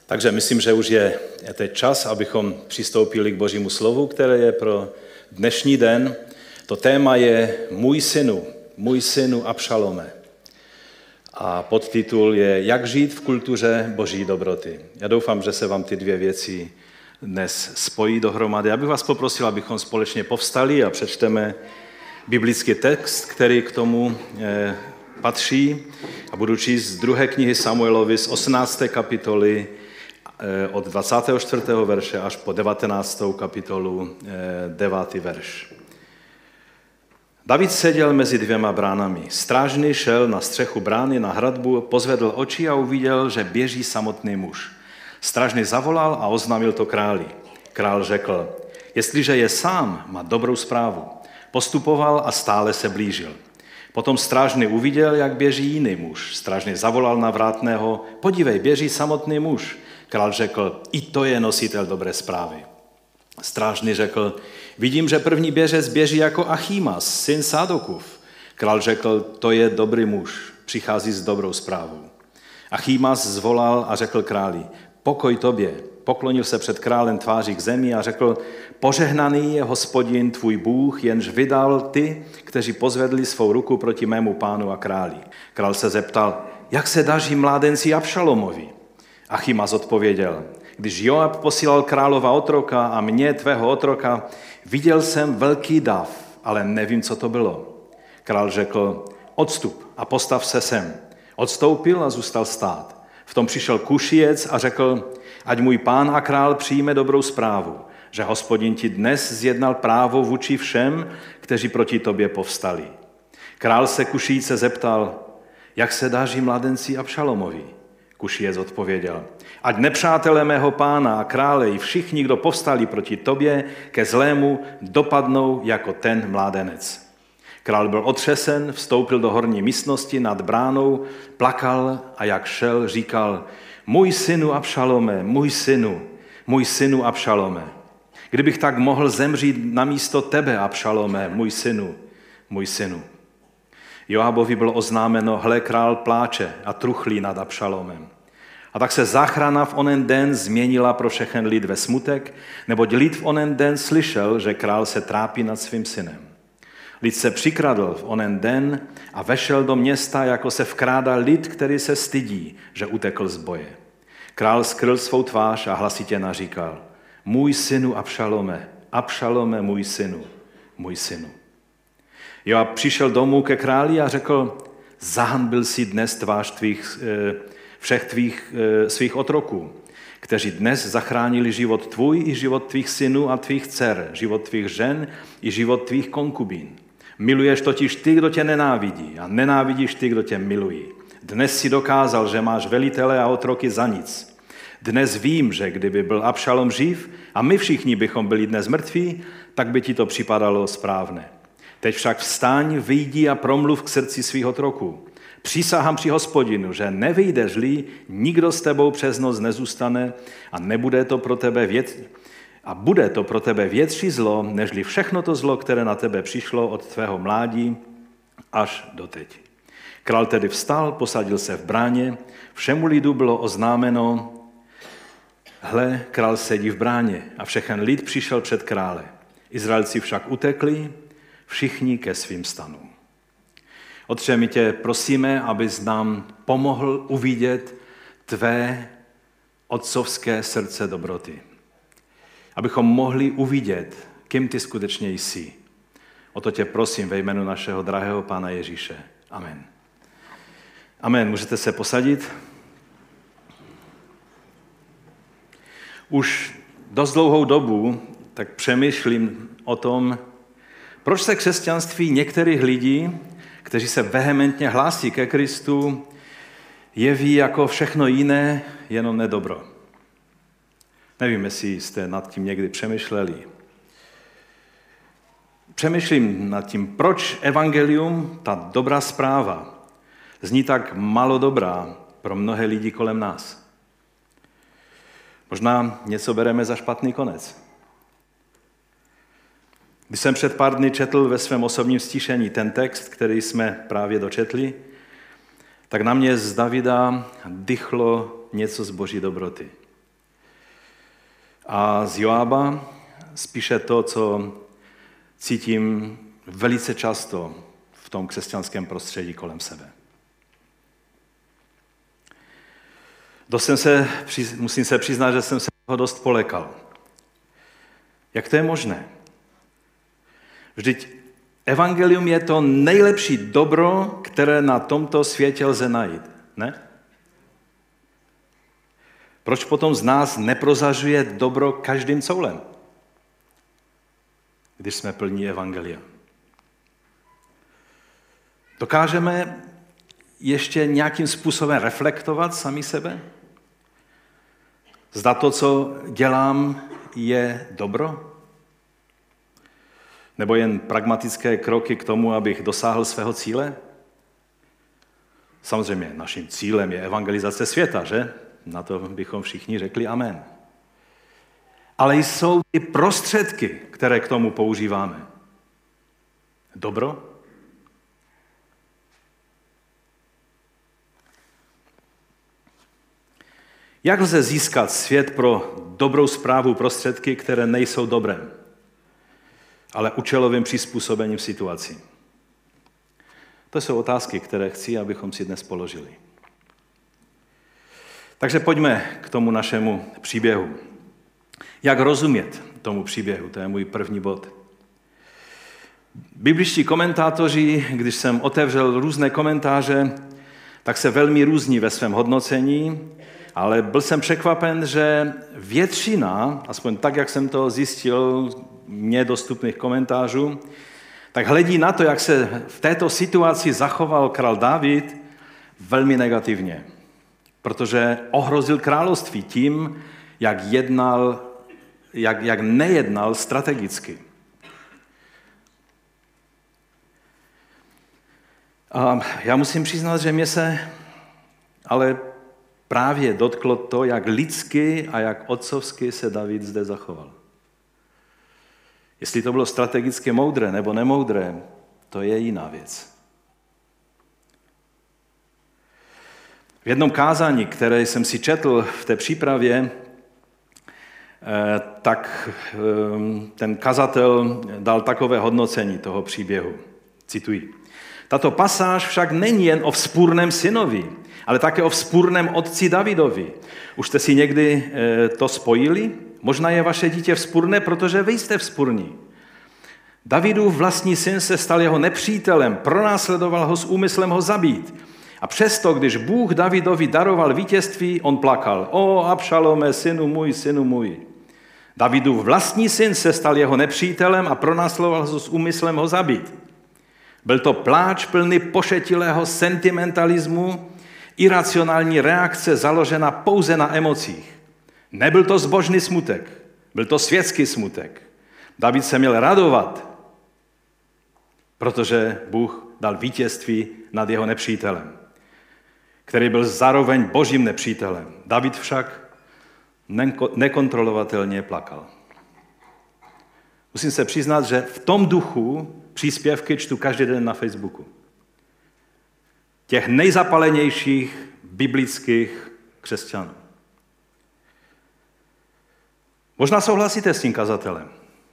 Takže myslím, že už je teď čas, abychom přistoupili k Božímu slovu, které je pro dnešní den. To téma je Můj synu Abšalome. A podtitul je Jak žít v kultuře Boží dobroty. Já doufám, že se vám ty dvě věci dnes spojí dohromady. Já bych vás poprosil, abychom společně povstali a přečteme biblický text, který k tomu patří. A budu číst z 2. knihy Samuelovi z 18. kapitoly od 24. verše až po 19. kapitolu 9. verš. David seděl mezi dvěma bránami. Strážný šel na střechu brány na hradbu, pozvedl oči a uviděl, že běží samotný muž. Strážný zavolal a oznámil to králi. Král řekl, jestliže je sám, má dobrou zprávu. Postupoval a stále se blížil. Potom strážný uviděl, jak běží jiný muž. Strážný zavolal na vrátného, podívej, běží samotný muž. Král řekl, i to je nositel dobré zprávy. Strážný řekl, vidím, že první běžec běží jako Achímas, syn Sádokův. Král řekl, to je dobrý muž, přichází s dobrou zprávou. Achímas zvolal a řekl králi, pokoj tobě. Poklonil se před králem tváří k zemi a řekl, požehnaný je Hospodin, tvůj Bůh, jenž vydal ty, kteří pozvedli svou ruku proti mému pánu a králi. Král se zeptal, jak se daří mládenci Abšalomovi? Achímas odpověděl, když Joab posílal králova otroka a mě, tvého otroka, viděl jsem velký dav, ale nevím, co to bylo. Král řekl, odstup a postav se sem. Odstoupil a zůstal stát. V tom přišel Kušiec a řekl, ať můj pán a král přijme dobrou zprávu, že Hospodin ti dnes zjednal právo vůči všem, kteří proti tobě povstali. Král se Kušíce zeptal, jak se daří mladenci Abšalomovi? Kušiec odpověděl, ať nepřátelé mého pána a krále i všichni, kdo povstali proti tobě ke zlému, dopadnou jako ten mládenec. Král byl otřesen, vstoupil do horní místnosti nad bránou, plakal a jak šel, říkal, můj synu Abšalome, můj synu Abšalome. Kdybych tak mohl zemřít namísto tebe, Abšalome, můj synu. Joabovi bylo oznámeno, hle, král pláče a truchlí nad Abšalomem. A tak se záchrana v onen den změnila pro všechen lid ve smutek, neboť lid v onen den slyšel, že král se trápí nad svým synem. Lid se přikradl v onen den a vešel do města, jako se vkrádá lid, který se stydí, že utekl z boje. Král skryl svou tvář a hlasitě naříkal, můj synu Abšalome, Abšalome, můj synu. Joab přišel domů ke králi a řekl, zahanbil si dnes tvář všech svých otroků, kteří dnes zachránili život tvůj i život tvých synů a tvých dcer, život tvých žen i život tvých konkubín. Miluješ totiž ty, kdo tě nenávidí a nenávidíš ty, kdo tě milují. Dnes si dokázal, že máš velitele a otroky za nic. Dnes vím, že kdyby byl Abšalom živ a my všichni bychom byli dnes mrtví, tak by ti to připadalo správné. Teď však vstaň, vyjdi a promluv k srdci svých otroků. Přísahám při Hospodinu, že nevyjdeš-li, nikdo s tebou přes noc nezůstane a bude to pro tebe větší zlo, nežli všechno to zlo, které na tebe přišlo od tvého mládí až doteď. Král tedy vstal, posadil se v bráně, všemu lidu bylo oznámeno, hle, král sedí v bráně a všechen lid přišel před krále. Izraelci však utekli, všichni ke svým stanům. Otče, my tě prosíme, abys nám pomohl uvidět tvé otcovské srdce dobroty. Abychom mohli uvidět, kým ty skutečně jsi. O to tě prosím ve jménu našeho drahého Pána Ježíše. Amen. Amen. Můžete se posadit. Už dost dlouhou dobu tak přemýšlím o tom, proč se křesťanství některých lidí, kteří se vehementně hlásí ke Kristu, jeví jako všechno jiné, jenom nedobro. Nevím, jestli jste nad tím někdy přemýšleli. Přemýšlím nad tím, proč evangelium, ta dobrá zpráva, zní tak málo dobrá pro mnohé lidi kolem nás. Možná něco bereme za špatný konec. Když jsem před pár dny četl ve svém osobním stišení ten text, který jsme právě dočetli, tak na mě z Davida dychlo něco z Boží dobroty. A z Joába spíše to, co cítím velice často v tom křesťanském prostředí kolem sebe. Musím se přiznat, že jsem se toho dost polekal. Jak to je možné? Vždyť evangelium je to nejlepší dobro, které na tomto světě lze najít, ne? Proč potom z nás neprozařuje dobro každým coulem, když jsme plní evangelia? Dokážeme ještě nějakým způsobem reflektovat sami sebe? Zda to, co dělám, je dobro? Nebo jen pragmatické kroky k tomu, abych dosáhl svého cíle? Samozřejmě naším cílem je evangelizace světa, že? Na to bychom všichni řekli amen. Ale jsou ty prostředky, které k tomu používáme. Dobro? Jak lze získat svět pro dobrou správu prostředky, které nejsou dobrem, ale účelovým přizpůsobením situací? To jsou otázky, které chci, abychom si dnes položili. Takže pojďme k tomu našemu příběhu. Jak rozumět tomu příběhu? To je můj první bod. Bibličtí komentátoři, když jsem otevřel různé komentáře, tak se velmi různí ve svém hodnocení, ale byl jsem překvapen, že většina, aspoň tak, jak jsem to zjistil, mně dostupných komentářů, tak hledí na to, jak se v této situaci zachoval král David, velmi negativně. Protože ohrozil království tím, jak nejednal strategicky. A já musím přiznat, že mě se ale právě dotklo to, jak lidsky a jak otcovsky se David zde zachoval. Jestli to bylo strategicky moudré nebo nemoudré, to je jiná věc. V jednom kázání, které jsem si četl v té přípravě, tak ten kazatel dal takové hodnocení toho příběhu. Cituji. Tato pasáž však není jen o vzpůrném synovi, ale také o vzpůrném otci Davidovi. Už jste si někdy to spojili? Možná je vaše dítě vzpůrné, protože vy jste vzpůrní. Davidův vlastní syn se stal jeho nepřítelem, pronásledoval ho s úmyslem ho zabít. A přesto, když Bůh Davidovi daroval vítězství, on plakal. O, Abšalome, synu můj. Davidův vlastní syn se stal jeho nepřítelem a pronásledoval ho s úmyslem ho zabít. Byl to pláč plný pošetilého sentimentalismu, iracionální reakce založena pouze na emocích. Nebyl to zbožný smutek, byl to světský smutek. David se měl radovat, protože Bůh dal vítězství nad jeho nepřítelem, který byl zároveň božím nepřítelem. David však nekontrolovatelně plakal. Musím se přiznat, že v tom duchu příspěvky čtu každý den na Facebooku. Těch nejzapalenějších biblických křesťanů. Možná souhlasíte s tím kazatelem.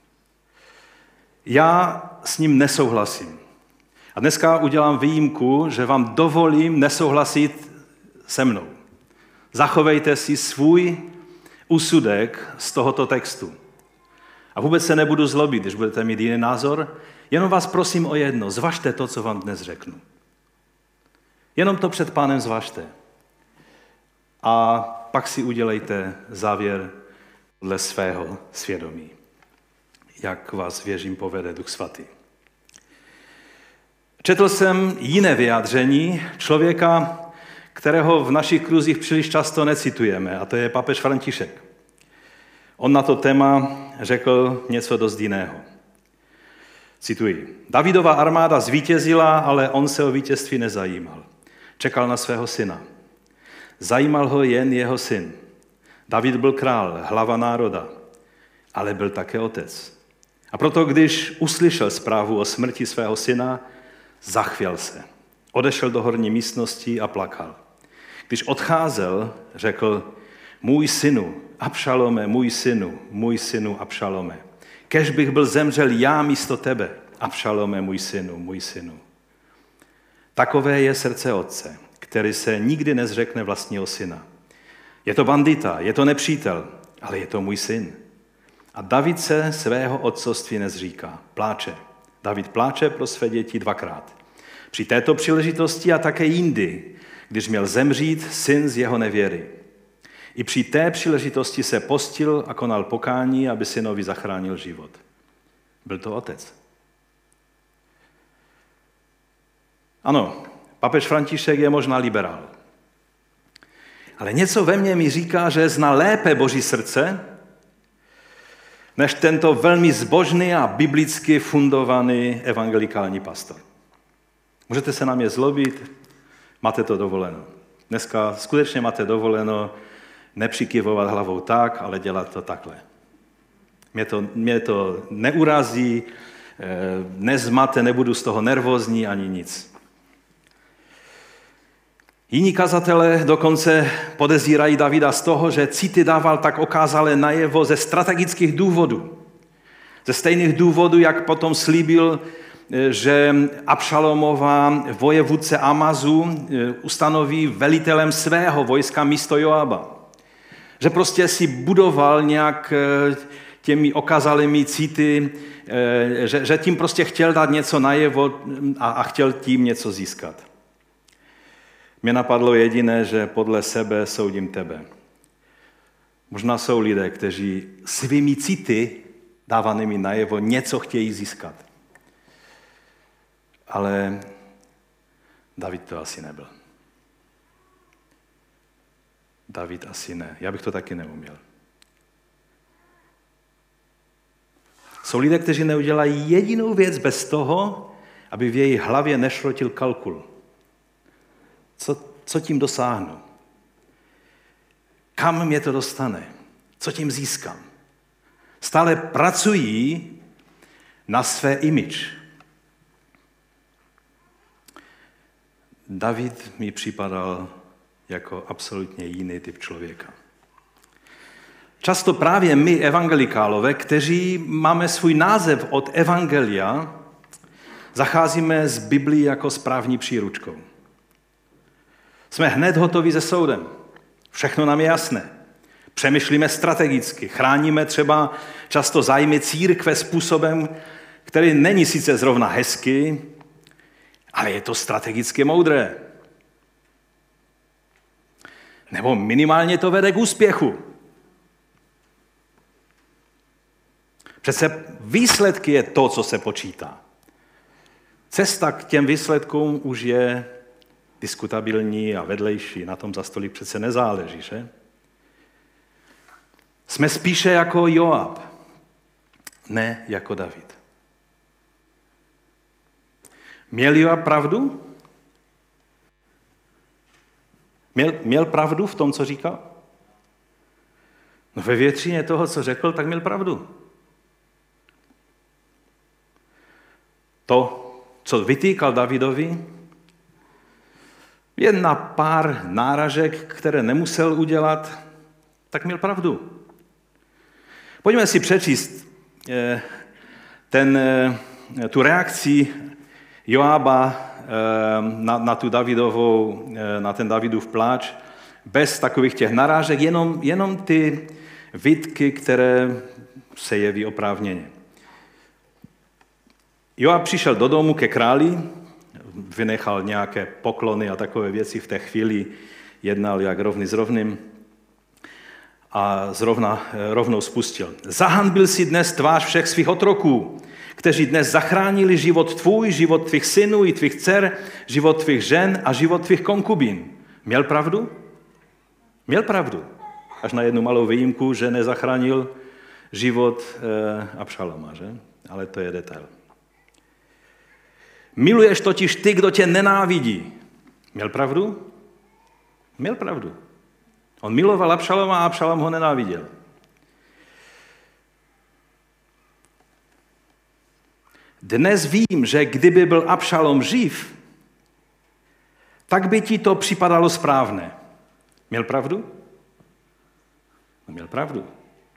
Já s ním nesouhlasím. A dneska udělám výjimku, že vám dovolím nesouhlasit se mnou. Zachovejte si svůj úsudek z tohoto textu. A vůbec se nebudu zlobit, když budete mít jiný názor, jenom vás prosím o jedno, zvažte to, co vám dnes řeknu. Jenom to před Pánem zvažte. A pak si udělejte závěr dle svého svědomí. Jak vás, věřím, povede Duch Svatý. Četl jsem jiné vyjádření člověka, kterého v našich kruzích příliš často necitujeme, a to je papež František. On na to téma řekl něco dost jiného. Cituji. Davidova armáda zvítězila, ale on se o vítězství nezajímal. Čekal na svého syna. Zajímal ho jen jeho syn. David byl král, hlava národa, ale byl také otec. A proto, když uslyšel zprávu o smrti svého syna, zachvěl se. Odešel do horní místnosti a plakal. Když odcházel, řekl, můj synu, Abšalome, můj synu Abšalome. Kež bych byl zemřel já místo tebe, Abšalome, můj synu. Takové je srdce otce, který se nikdy nezřekne vlastního syna. Je to bandita, je to nepřítel, ale je to můj syn. A David se svého otcovství nezříká, pláče. David pláče pro své děti dvakrát. Při této příležitosti a také jindy, když měl zemřít syn z jeho nevěry. I při té příležitosti se postil a konal pokání, aby synovi zachránil život. Byl to otec. Ano, papež František je možná liberál. Ale něco ve mně mi říká, že zná lépe Boží srdce, než tento velmi zbožný a biblicky fundovaný evangelikální pastor. Můžete se na mě zlobit, máte to dovoleno. Dneska skutečně máte dovoleno nepřikyvovat hlavou tak, ale dělat to takhle. Mě to neurazí, nezmate, nebudu z toho nervózní ani nic. Jiní kazatelé dokonce podezírají Davida z toho, že city dával tak okázale najevo ze strategických důvodů. Ze stejných důvodů, jak potom slíbil, že Abšalomova vojevůdce Amazu ustanoví velitelem svého vojska místo Joaba. Že prostě si budoval nějak těmi okazalými city, že tím prostě chtěl dát něco najevo a chtěl tím něco získat. Mě napadlo jediné, že podle sebe soudím tebe. Možná jsou lidé, kteří svými city dávanými najevo něco chtějí získat. Ale David to asi nebyl. David asi ne. Já bych to taky neuměl. Jsou lidé, kteří neudělají jedinou věc bez toho, aby v její hlavě nešrotil kalkul. Co tím dosáhnu? Kam mě to dostane? Co tím získám? Stále pracují na své image. David mi připadal jako absolutně jiný typ člověka. Často právě my evangelikálové, kteří máme svůj název od evangelia, zacházíme s Biblií jako s právní příručkou. Jsme hned hotoví se soudem. Všechno nám je jasné. Přemýšlíme strategicky. Chráníme třeba často zájmy církve způsobem, který není sice zrovna hezký, ale je to strategicky moudré. Nebo minimálně to vede k úspěchu. Přece výsledky je to, co se počítá. Cesta k těm výsledkům už je diskutabilní a vedlejší. Na tom za stolik přece nezáleží, že? Jsme spíše jako Joab, ne jako David. Měl Joab pravdu? Měl pravdu v tom, co říkal? No ve většině toho, co řekl, tak měl pravdu. To, co vytýkal Davidovi, jen na pár náražek, které nemusel udělat, tak měl pravdu. Pojďme si přečíst tu reakci Joaba na ten Davidův pláč, bez takových těch narážek, jenom ty výtky, které se jeví oprávněně. Joab přišel do domu ke králi, vynechal nějaké poklony a takové věci, v té chvíli jednal jak rovný s rovným a rovnou spustil. Zahanbil si dnes tvář všech svých otroků, kteří dnes zachránili život tvůj, život tvých synů i tvých dcer, život tvých žen a život tvých konkubín. Měl pravdu? Měl pravdu. Až na jednu malou výjimku, že nezachránil život Abšaloma, že? Ale to je detail. Miluješ totiž ty, kdo tě nenávidí. Měl pravdu? Měl pravdu. On miloval Abšaloma a Abšalom ho nenáviděl. Dnes vím, že kdyby byl Abšalom živ, tak by ti to připadalo správné. Měl pravdu? On měl pravdu.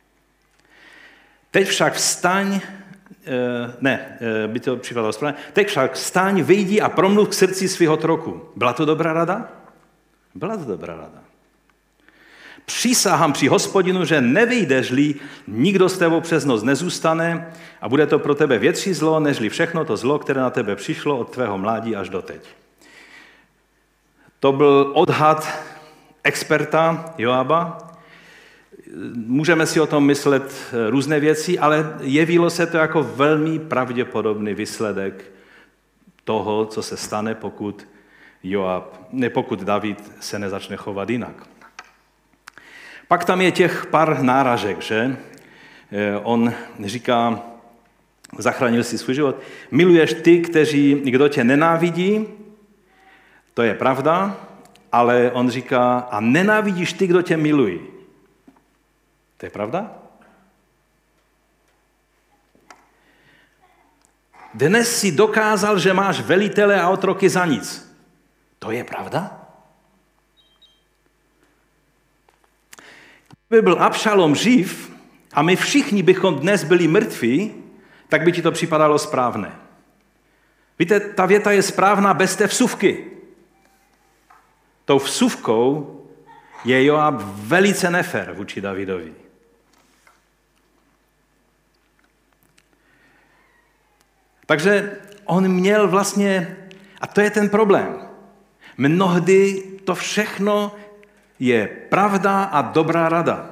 Teď však vstaň, by to připadalo správně, teď však vstaň, vyjdi a promluv k srdci svého troku. Byla to dobrá rada? Byla to dobrá rada. Přísahám při Hospodinu, že nevyjdeš-li, nikdo s tebou přes noc nezůstane a bude to pro tebe větší zlo, nežli všechno to zlo, které na tebe přišlo od tvého mládí až doteď. To byl odhad experta Joaba. Můžeme si o tom myslet různé věci, ale jevilo se to jako velmi pravděpodobný výsledek toho, co se stane, pokud David se nezačne chovat jinak. Pak tam je těch pár náražek, že? On říká, zachránil si svůj život, miluješ ty, kdo tě nenávidí, to je pravda, ale on říká, a nenávidíš ty, kdo tě milují. To je pravda? Dnes si dokázal, že máš velitele a otroky za nic. To je pravda? Kdyby byl Abšalom živ a my všichni bychom dnes byli mrtví, tak by ti to připadalo správné. Víte, ta věta je správná bez té vsuvky. Tou vsuvkou je Joab velice nefér vůči Davidovi. Takže on měl vlastně, a to je ten problém, mnohdy to všechno je pravda a dobrá rada.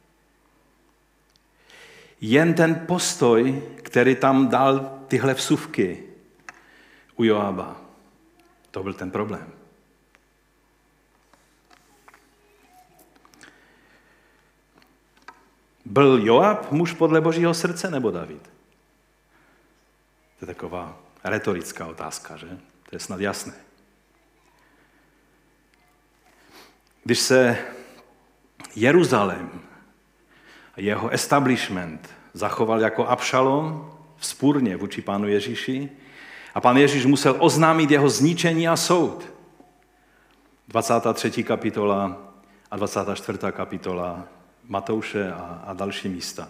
Jen ten postoj, který tam dal tyhle vsuvky u Joaba, to byl ten problém. Byl Joab muž podle Božího srdce nebo David? To je taková retorická otázka, že? To je snad jasné. Když se Jeruzalém a jeho establishment zachoval jako Abšalom vzpůrně vůči pánu Ježíši a pán Ježíš musel oznámit jeho zničení a soud. 23. kapitola a 24. kapitola Matouše a další místa.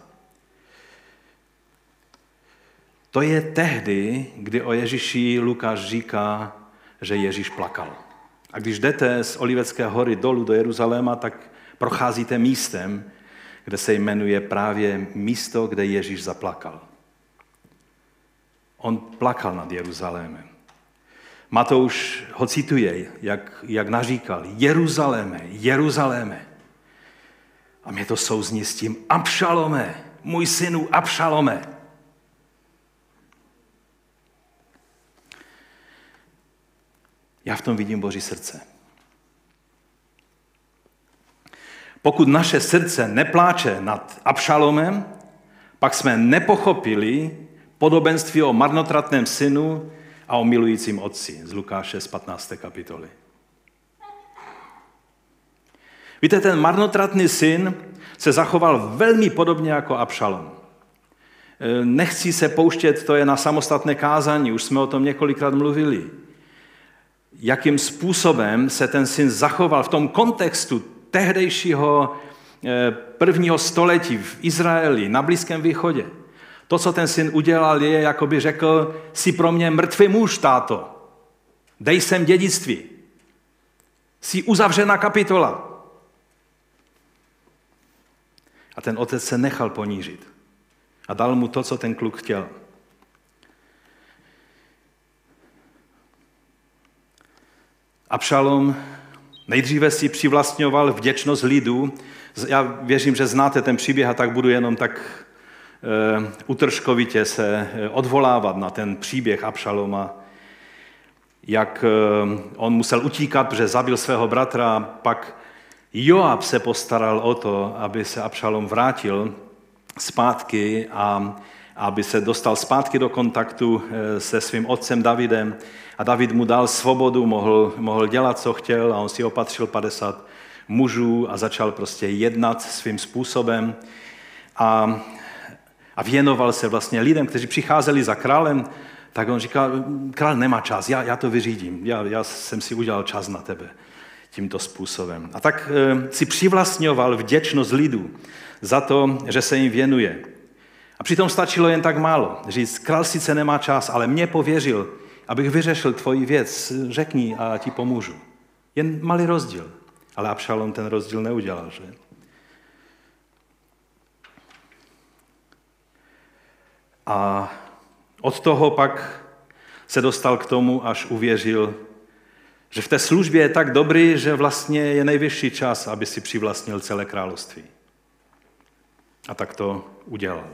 To je tehdy, kdy o Ježíši Lukáš říká, že Ježíš plakal. A když jdete z Olivecké hory dolů do Jeruzaléma, tak procházíte místem, kde se jmenuje právě místo, kde Ježíš zaplakal. On plakal nad Jeruzalémem. Matouš ho cituje, jak naříkal, Jeruzaléme, Jeruzaléme. A mě to souzní s tím, Abšalome, můj synu Abšalome. Já v tom vidím Boží srdce. Pokud naše srdce nepláče nad Abšalomem, pak jsme nepochopili podobenství o marnotratném synu a o milujícím otci z Lukáše z 15. kapitoly. Víte, ten marnotratný syn se zachoval velmi podobně jako Abšalom. Nechci se pouštět, to je na samostatné kázání, už jsme o tom několikrát mluvili. Jakým způsobem se ten syn zachoval v tom kontextu tehdejšího prvního století v Izraeli, na Blízkém východě. To, co ten syn udělal, je, jako by řekl, jsi pro mě mrtvý muž, táto. Dej sem dědictví. Jsi uzavřená kapitola. A ten otec se nechal ponížit. A dal mu to, co ten kluk chtěl. Abšalom nejdříve si přivlastňoval vděčnost lidu. Já věřím, že znáte ten příběh a tak budu jenom tak utržkovitě se odvolávat na ten příběh Abšaloma, jak on musel utíkat, protože zabil svého bratra, pak Joab se postaral o to, aby se Abšalom vrátil zpátky a aby se dostal zpátky do kontaktu se svým otcem Davidem a David mu dal svobodu, mohl dělat, co chtěl a on si opatřil 50 mužů a začal prostě jednat svým způsobem a věnoval se vlastně lidem, kteří přicházeli za králem, tak on říkal, král nemá čas, já to vyřídím, já jsem si udělal čas na tebe. tímto způsobem. A tak si přivlastňoval vděčnost lidu za to, že se jim věnuje. A přitom stačilo jen tak málo. Říct, král sice nemá čas, ale mě pověřil, abych vyřešil tvoji věc. Řekni a ti pomůžu. Jen malý rozdíl. Ale Abšalom ten rozdíl neudělal, že? A od toho pak se dostal k tomu, až uvěřil, že v té službě je tak dobrý, že vlastně je nejvyšší čas, aby si přivlastnil celé království. A tak to udělal.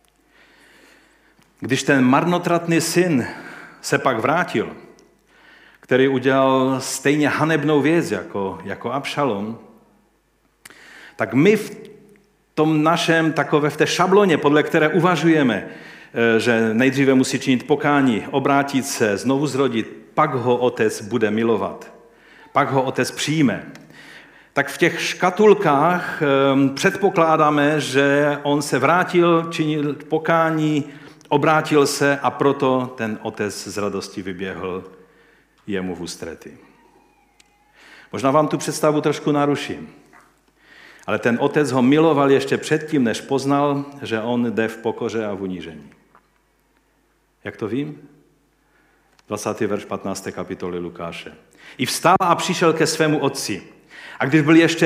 Když ten marnotratný syn se pak vrátil, který udělal stejně hanebnou věc jako Abšalom, tak my v tom našem v té šabloně, podle které uvažujeme, že nejdříve musí činit pokání, obrátit se, znovu zrodit, pak ho otec bude milovat, pak ho otec přijme. Tak v těch škatulkách předpokládáme, že on se vrátil, činil pokání, obrátil se a proto ten otec z radosti vyběhl jemu v ústrety. Možná vám tu představu trošku naruším, ale ten otec ho miloval ještě předtím, než poznal, že on jde v pokoře a v unížení. Jak to vím? 20. verš 15. kapitoly Lukáše. I vstal a přišel ke svému otci. A když byl ještě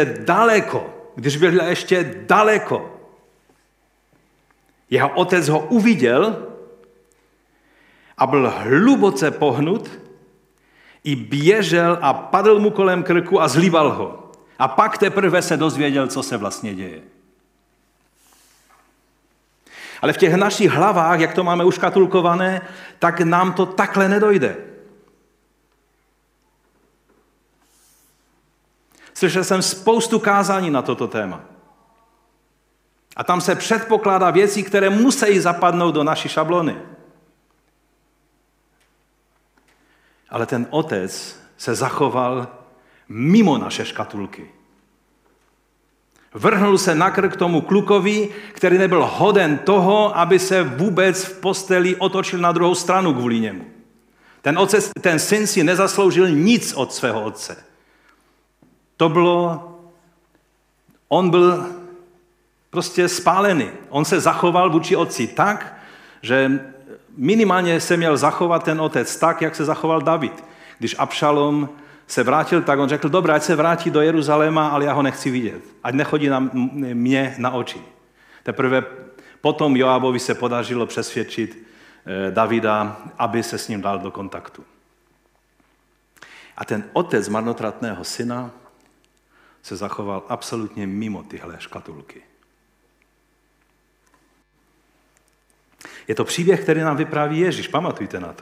daleko, jeho otec ho uviděl a byl hluboce pohnut, i běžel a padl mu kolem krku a zlíbal ho. A pak teprve se dozvěděl, co se vlastně děje. Ale v těch našich hlavách, jak to máme uškatulkované, tak nám to takhle nedojde. Slyšel jsem spoustu kázání na toto téma. A tam se předpokládá věci, které musí zapadnout do naší šablony. Ale ten otec se zachoval mimo naše škatulky. Vrhnul se na krk tomu klukovi, který nebyl hoden toho, aby se vůbec v posteli otočil na druhou stranu kvůli němu. Ten syn si nezasloužil nic od svého otce. On byl prostě spálený. On se zachoval vůči otci tak, že minimálně se měl zachovat ten otec tak, jak se zachoval David. Když Abšalom se vrátil, tak on řekl, dobré, ať se vrátí do Jeruzaléma, ale já ho nechci vidět. Ať nechodí mě na oči. Teprve potom Joábovi se podařilo přesvědčit Davida, aby se s ním dal do kontaktu. A ten otec marnotratného syna se zachoval absolutně mimo tyhle škatulky. Je to příběh, který nám vypráví Ježíš, pamatujte na to.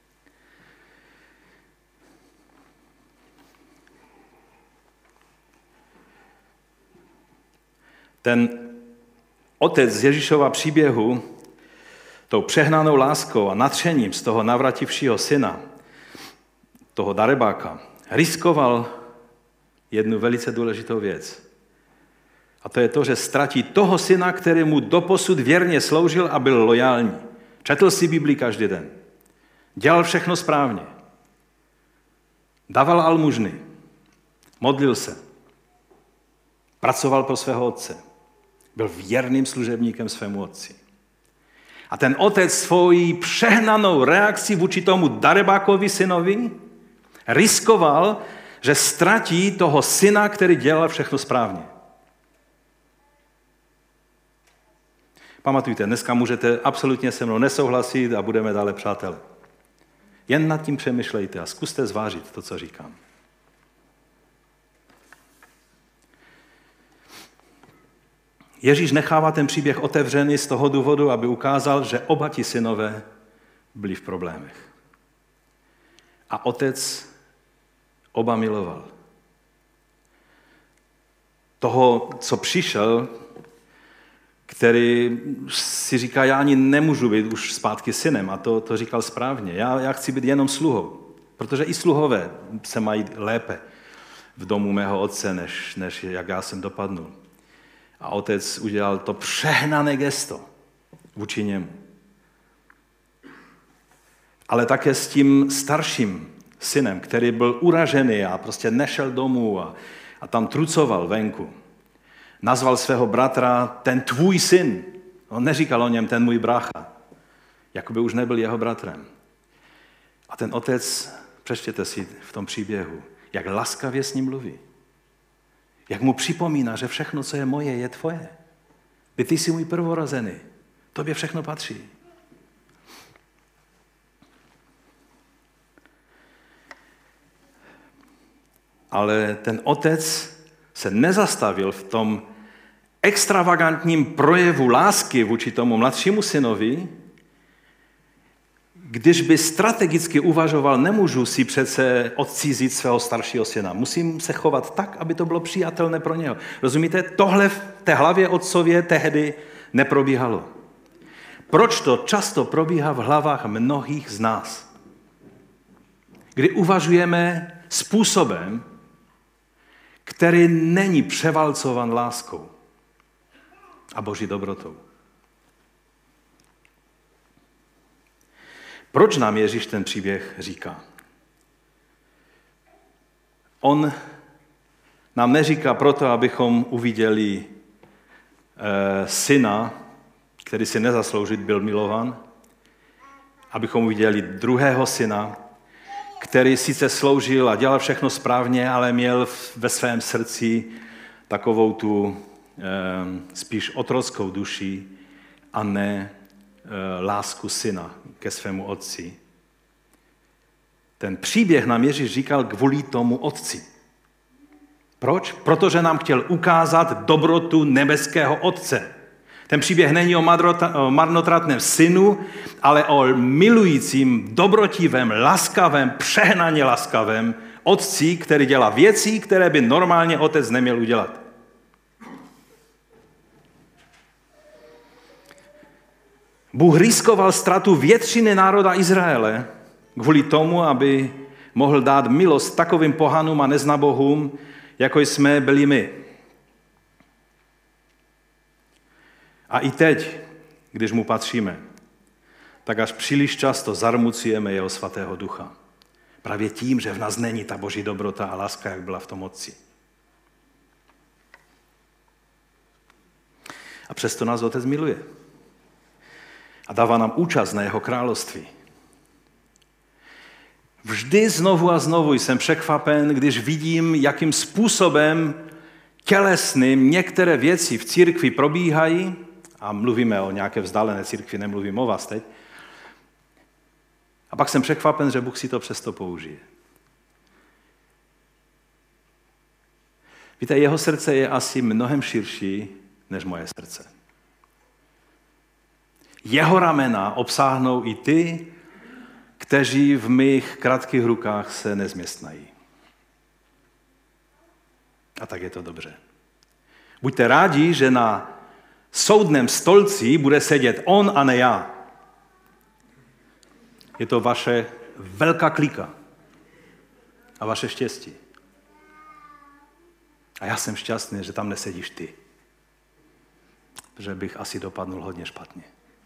Ten otec z Ježíšova příběhu tou přehnanou láskou a nadšením z toho navrativšího syna, toho darebáka, riskoval jednu velice důležitou věc. A to je to, že ztratí toho syna, který mu doposud věrně sloužil a byl lojální. Četl si Biblii každý den. Dělal všechno správně. Dával almužny. Modlil se. Pracoval pro svého otce. Byl věrným služebníkem svému otci. A ten otec svojí přehnanou reakci vůči tomu darebákovi synovi riskoval, že ztratí toho syna, který dělal všechno správně. Pamatujte, dneska můžete absolutně se mnou nesouhlasit a budeme dále přátelé. Jen nad tím přemýšlejte a zkuste zvážit to, co říkám. Ježíš nechává ten příběh otevřený z toho důvodu, aby ukázal, že oba ti synové byli v problémech. A otec oba miloval. Toho, co přišel, který si říká, já ani nemůžu být už zpátky synem, a to říkal správně. Já chci být jenom sluhou, protože i sluhové se mají lépe v domu mého otce, než jak já jsem dopadnul. A otec udělal to přehnané gesto vůči němu. Ale také s tím starším synem, který byl uražený a prostě nešel domů a tam trucoval venku. Nazval svého bratra ten tvůj syn. On neříkal o něm ten můj brácha. Jakoby už nebyl jeho bratrem. A ten otec, přečtěte si v tom příběhu, jak laskavě s ním mluví. Jak mu připomíná, že všechno, co je moje, je tvoje. Ty jsi můj prvorozený. Tobě všechno patří. Ale ten otec se nezastavil v tom extravagantním projevu lásky vůči tomu mladšímu synovi, když by strategicky uvažoval, nemůžu si přece odcizit svého staršího syna. Musím se chovat tak, aby to bylo přijatelné pro něho. Rozumíte? Tohle v té hlavě otcově tehdy neprobíhalo. Proč to často probíhá v hlavách mnohých z nás? Kdy uvažujeme způsobem, který není převalcovan láskou a Boží dobrotou. Proč nám Ježíš ten příběh říká? On nám neříká proto, abychom uviděli syna, který si nezasloužit byl milovan, abychom uviděli druhého syna, který sice sloužil a dělal všechno správně, ale měl ve svém srdci takovou tu spíš otrockou duši a ne lásku syna ke svému otci. Ten příběh nám Ježíš říkal kvůli tomu otci. Proč? Protože nám chtěl ukázat dobrotu nebeského otce. Ten příběh není o marnotratném synu, ale o milujícím, dobrotivém, laskavém, přehnaně laskavém otci, který dělá věci, které by normálně otec neměl udělat. Bůh riskoval ztrátu většiny národa Izraele kvůli tomu, aby mohl dát milost takovým pohanům a neznabohům, jako jsme byli my. A i teď, když mu patříme, tak až příliš často zarmucujeme jeho svatého ducha. Právě tím, že v nás není ta Boží dobrota a láska, jak byla v tom otci. A přesto nás otec miluje. A dává nám účast na jeho království. Vždy znovu a znovu jsem překvapen, když vidím, jakým způsobem tělesným některé věci v církvi probíhají, a mluvíme o nějaké vzdálené církvi, nemluvím o vás teď, a pak jsem překvapen, že Bůh si to přesto použije. Víte, jeho srdce je asi mnohem širší než moje srdce. Jeho ramena obsáhnou i ty, kteří v mých krátkých rukách se nezměstnají. A tak je to dobře. Buďte rádi, že na soudném stolci bude sedět on a ne já. Je to vaše velká klika a vaše štěstí. A já jsem šťastný, že tam nesedíš ty. Protože bych asi dopadnul hodně špatně.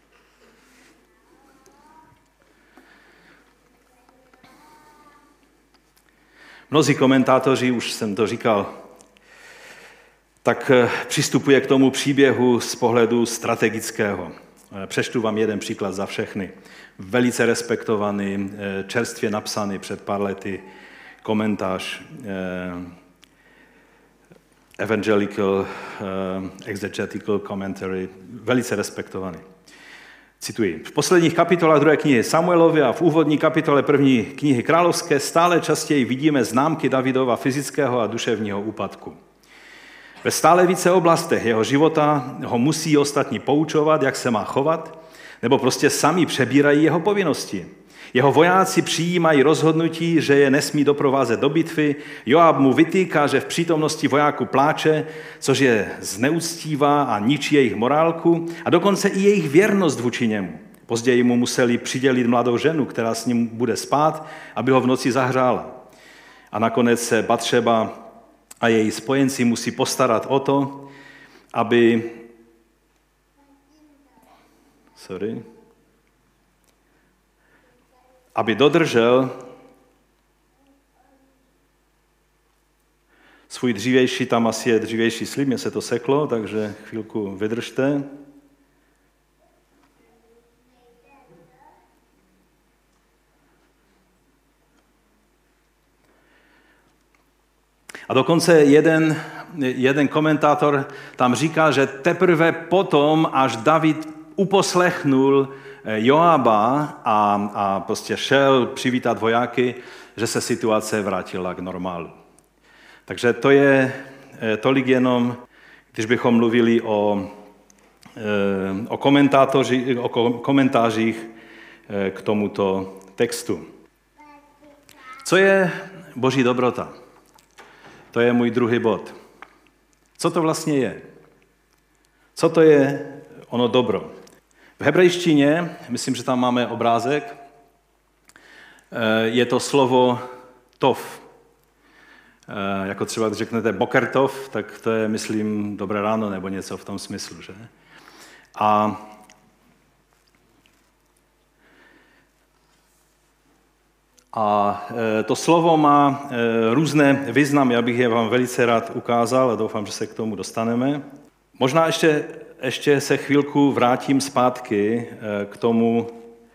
Mnozí komentátoři, už jsem to říkal, tak přistupuje k tomu příběhu z pohledu strategického. Přečtu vám jeden příklad za všechny. Velice respektovaný, čerstvě napsaný před pár lety komentář Evangelical Exegetical Commentary, velice respektovaný. Cituji. V posledních kapitolách 2. knihy Samuelovy a v úvodní kapitole 1. knihy Královské stále častěji vidíme známky Davidova fyzického a duševního úpadku. Ve stále více oblastech jeho života ho musí ostatní poučovat, jak se má chovat, nebo prostě sami přebírají jeho povinnosti. Jeho vojáci přijímají rozhodnutí, že je nesmí doprovázet do bitvy. Joab mu vytýká, že v přítomnosti vojáků pláče, což je zneuctívá a ničí jejich morálku a dokonce i jejich věrnost vůči němu. Později mu museli přidělit mladou ženu, která s ním bude spát, aby ho v noci zahřála. A nakonec se Batšeba a její spojenci musí postarat o to, aby dodržel svůj dřívější, tam asi je dřívější slib, mě se to seklo, takže chvilku vydržte. A dokonce jeden komentátor tam říká, že teprve potom, až David uposlechnul Joába a prostě šel přivítat vojáky, že se situace vrátila k normálu. Takže to je tolik jenom, když bychom mluvili o komentářích k tomuto textu. Co je Boží dobrota? To je můj druhý bod. Co to vlastně je? Co to je ono dobro? V hebrejštině, myslím, že tam máme obrázek, je to slovo tov. Jako třeba, když řeknete boker tov, tak to je, myslím, dobré ráno nebo něco v tom smyslu, že? A to slovo má různé významy, já bych je vám velice rád ukázal a doufám, že se k tomu dostaneme. Možná ještě se chvilku vrátím zpátky k tomu,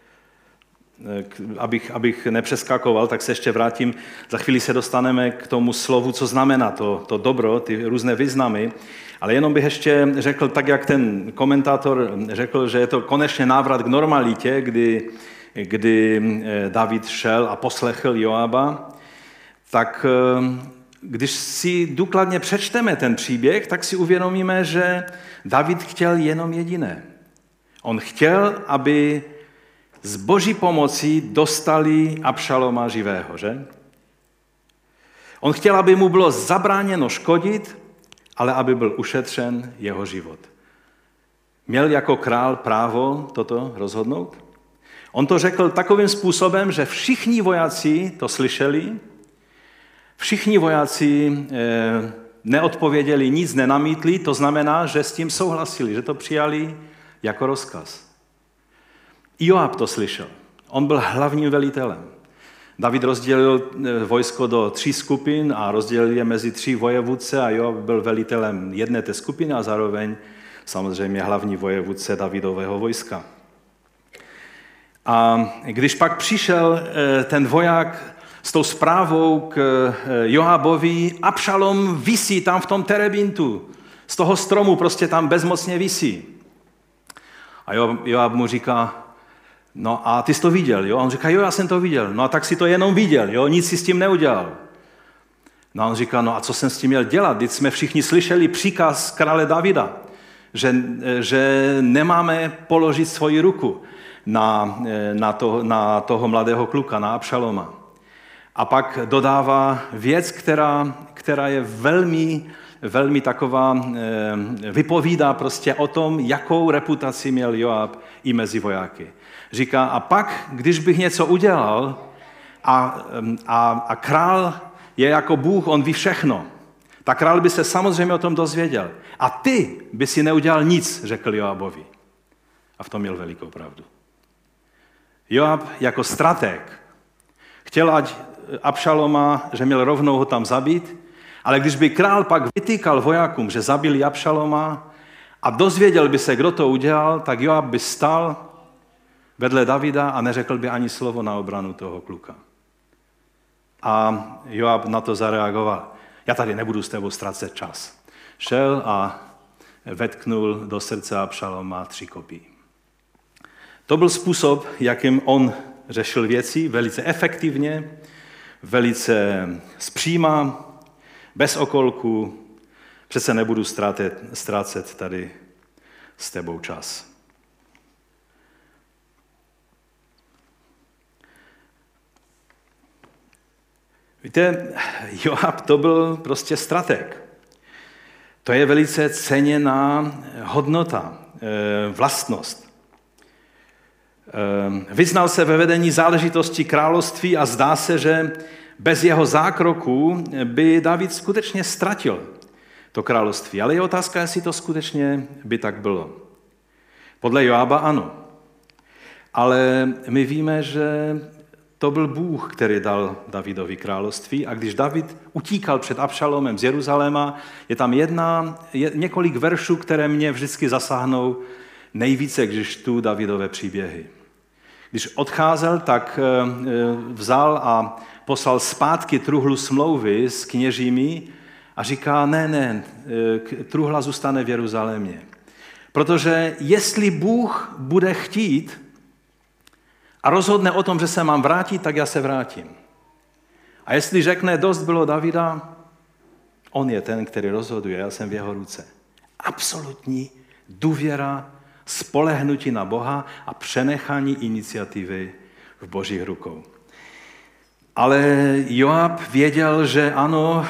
abych nepřeskakoval, tak se ještě vrátím. Za chvíli se dostaneme k tomu slovu, co znamená to dobro, ty různé významy. Ale jenom bych ještě řekl, tak jak ten komentátor řekl, že je to konečně návrat k normalitě, kdy David šel a poslechl Joába, tak když si důkladně přečteme ten příběh, tak si uvědomíme, že David chtěl jenom jediné. On chtěl, aby z Boží pomoci dostali Abšaloma živého, že? On chtěl, aby mu bylo zabráněno škodit, ale aby byl ušetřen jeho život. Měl jako král právo toto rozhodnout? On to řekl takovým způsobem, že všichni vojáci to slyšeli, všichni vojáci neodpověděli, nic nenamítli, to znamená, že s tím souhlasili, že to přijali jako rozkaz. Joab to slyšel. On byl hlavním velitelem. David rozdělil vojsko do 3 skupin a rozdělil je mezi 3 vojevůdce a Joab byl velitelem jedné té skupiny a zároveň samozřejmě hlavní vojevůdce Davidového vojska. A když pak přišel ten voják s tou zprávou k Joabovi, Abšalom visí tam v tom terebintu, z toho stromu prostě tam bezmocně visí. A Joab mu říká, no a ty jsi to viděl, jo? A on říká, jo, já jsem to viděl. No a tak si to jenom viděl, jo? Nic si s tím neudělal. No a on říká, no a co jsem s tím měl dělat? Teď jsme všichni slyšeli příkaz krále Davida, že nemáme položit svoji ruku na toho mladého kluka, na Abšaloma. A pak dodává věc, která je velmi taková, vypovídá prostě o tom, jakou reputaci měl Joab i mezi vojáky. Říká, a pak, když bych něco udělal a král je jako Bůh, on ví všechno, tak král by se samozřejmě o tom dozvěděl. A ty by si neudělal nic, řekl Joabovi. A v tom měl velikou pravdu. Joab jako stratég chtěl, ať Abšaloma, že měl rovnou ho tam zabít, ale když by král pak vytýkal vojákům, že zabili Abšaloma a dozvěděl by se, kdo to udělal, tak Joab by stál vedle Davida a neřekl by ani slovo na obranu toho kluka. A Joab na to zareagoval. Já tady nebudu s tebou ztrácet čas. Šel a vetknul do srdce Abšaloma 3 kopí. To byl způsob, jakým on řešil věci, velice efektivně, velice zpříma, bez okolku. Přece nebudu ztrácet tady s tebou čas. Víte, Joab to byl prostě stratég. To je velice ceněná hodnota, vlastnost. Vyznal se ve vedení záležitosti království a zdá se, že bez jeho zákroku by David skutečně ztratil to království. Ale je otázka, jestli to skutečně by tak bylo. Podle Joaba ano. Ale my víme, že To byl Bůh, který dal Davidovi království a když David utíkal před Abšalomem z Jeruzaléma, je tam několik veršů, které mě vždycky zasáhnou nejvíce, když čtu Davidové příběhy. Když odcházel, tak vzal a poslal zpátky truhlu smlouvy s kněžími a říká, ne, truhla zůstane v Jeruzalémě. Protože jestli Bůh bude chtít a rozhodne o tom, že se mám vrátit, tak já se vrátím. A jestli řekne, dost bylo Davida, on je ten, který rozhoduje, já jsem v jeho ruce. Absolutní důvěra, spolehnutí na Boha a přenechání iniciativy v Božích rukou. Ale Joab věděl, že ano,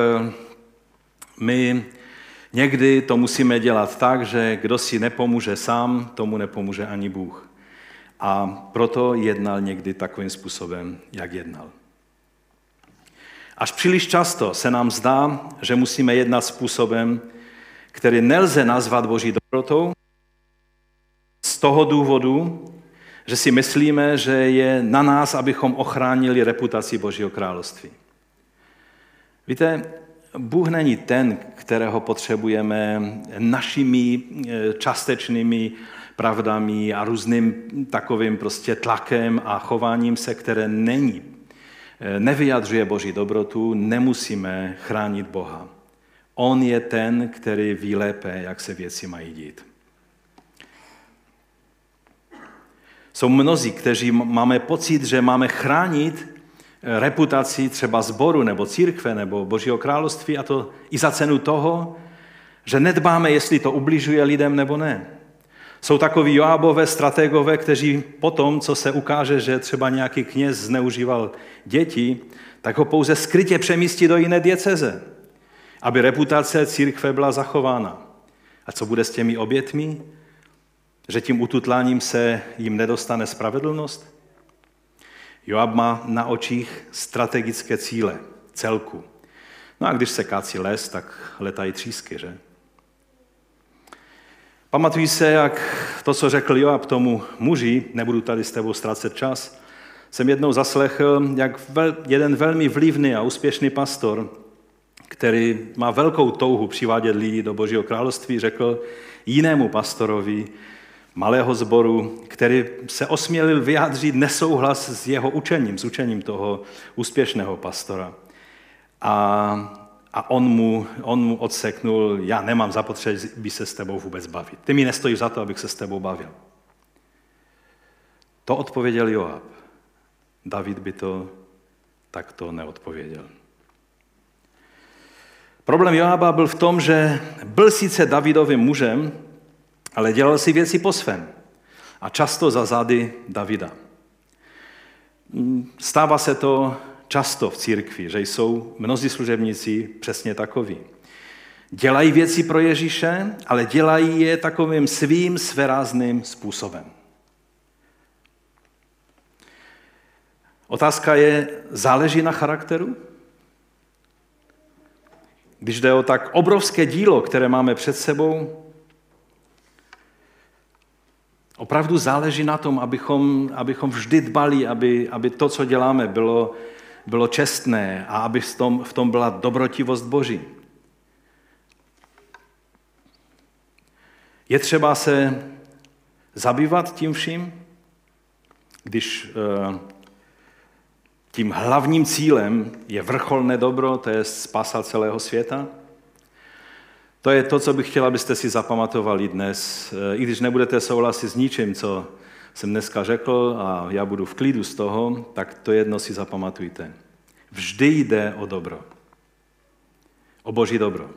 my někdy to musíme dělat tak, že kdo si nepomůže sám, tomu nepomůže ani Bůh. A proto jednal někdy takovým způsobem, jak jednal. Až příliš často se nám zdá, že musíme jednat způsobem, který nelze nazvat Boží dobrotou, z toho důvodu, že si myslíme, že je na nás, abychom ochránili reputaci Božího království. Víte, Bůh není ten, kterého potřebujeme našimi částečnými pravdami a různým takovým prostě tlakem a chováním se, které nevyjadřuje Boží dobrotu, nemusíme chránit Boha. On je ten, který ví lépe, jak se věci mají dít. Jsou mnozí, kteří máme pocit, že máme chránit reputaci třeba sboru nebo církve nebo Božího království a to i za cenu toho, že nedbáme, jestli to ubližuje lidem nebo ne. Jsou takoví Joábové strategové, kteří potom, co se ukáže, že třeba nějaký kněz zneužíval děti, tak ho pouze skrytě přemístí do jiné dieceze, aby reputace církve byla zachována. A co bude s těmi obětmi? Že tím ututláním se jim nedostane spravedlnost? Joab má na očích strategické cíle, celku. No a když se kácí les, tak letají třísky, že? Pamatuji se, jak to, co řekl Joab tomu muži, nebudu tady s tebou ztrácet čas, jsem jednou zaslechl, jak jeden velmi vlivný a úspěšný pastor, který má velkou touhu přivádět lidi do Božího království, řekl jinému pastorovi malého sboru, který se osmělil vyjádřit nesouhlas s jeho učením, s učením toho úspěšného pastora. A on mu odseknul, já nemám zapotřebí se s tebou vůbec bavit. Ty mi nestojíš za to, abych se s tebou bavil. To odpověděl Joab. David by to takto neodpověděl. Problém Joaba byl v tom, že byl sice Davidovým mužem, ale dělal si věci po svém a často za zády Davida. Stává se to často v církvi, že jsou mnozí služebníci přesně takoví. Dělají věci pro Ježíše, ale dělají je takovým svým svérázným způsobem. Otázka je, záleží na charakteru? Když jde o tak obrovské dílo, které máme před sebou, opravdu záleží na tom, abychom vždy dbali, aby to, co děláme, bylo čestné a aby v tom byla dobrotivost Boží. Je třeba se zabývat tím vším, když tím hlavním cílem je vrcholné dobro, to je spása celého světa. To je to, co bych chtěl, abyste si zapamatovali dnes. I když nebudete souhlasit s ničím, co jsem dneska řekl a já budu v klidu z toho, tak to jedno si zapamatujte. Vždy jde o dobro. O Boží dobro.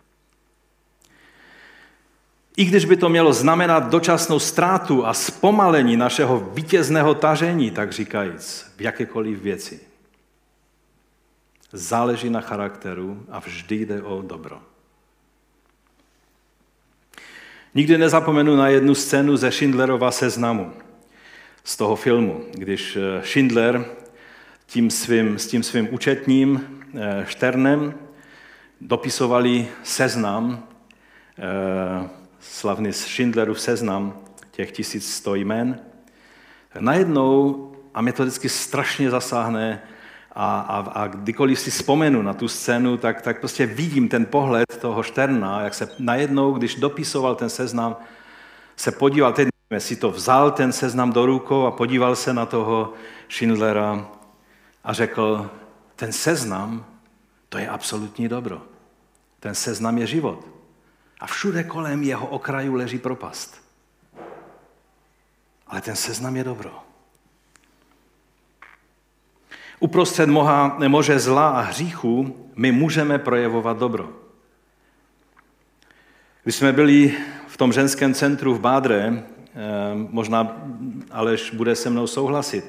I když by to mělo znamenat dočasnou ztrátu a zpomalení našeho vítězného tažení, tak říkajíc, v jakékoliv věci. Záleží na charakteru a vždy jde o dobro. Nikdy nezapomenu na jednu scénu ze Schindlerova seznamu, z toho filmu, když Schindler s tím svým účetním Šternem dopisovali seznam, slavný Schindlerův seznam, těch 1100 jmen. Najednou a mě to vždycky strašně zasáhne a kdykoliv si vzpomenu na tu scénu, tak prostě vidím ten pohled toho Šterna, jak se najednou, když dopisoval ten seznam, se podíval, teď si to vzal ten seznam do rukou a podíval se na toho Schindlera a řekl, ten seznam, to je absolutní dobro. Ten seznam je život. A všude kolem jeho okraju leží propast. Ale ten seznam je dobro. Uprostřed moře zla a hříchu my můžeme projevovat dobro. Když jsme byli v tom ženském centru v Bádre, možná Aleš bude se mnou souhlasit,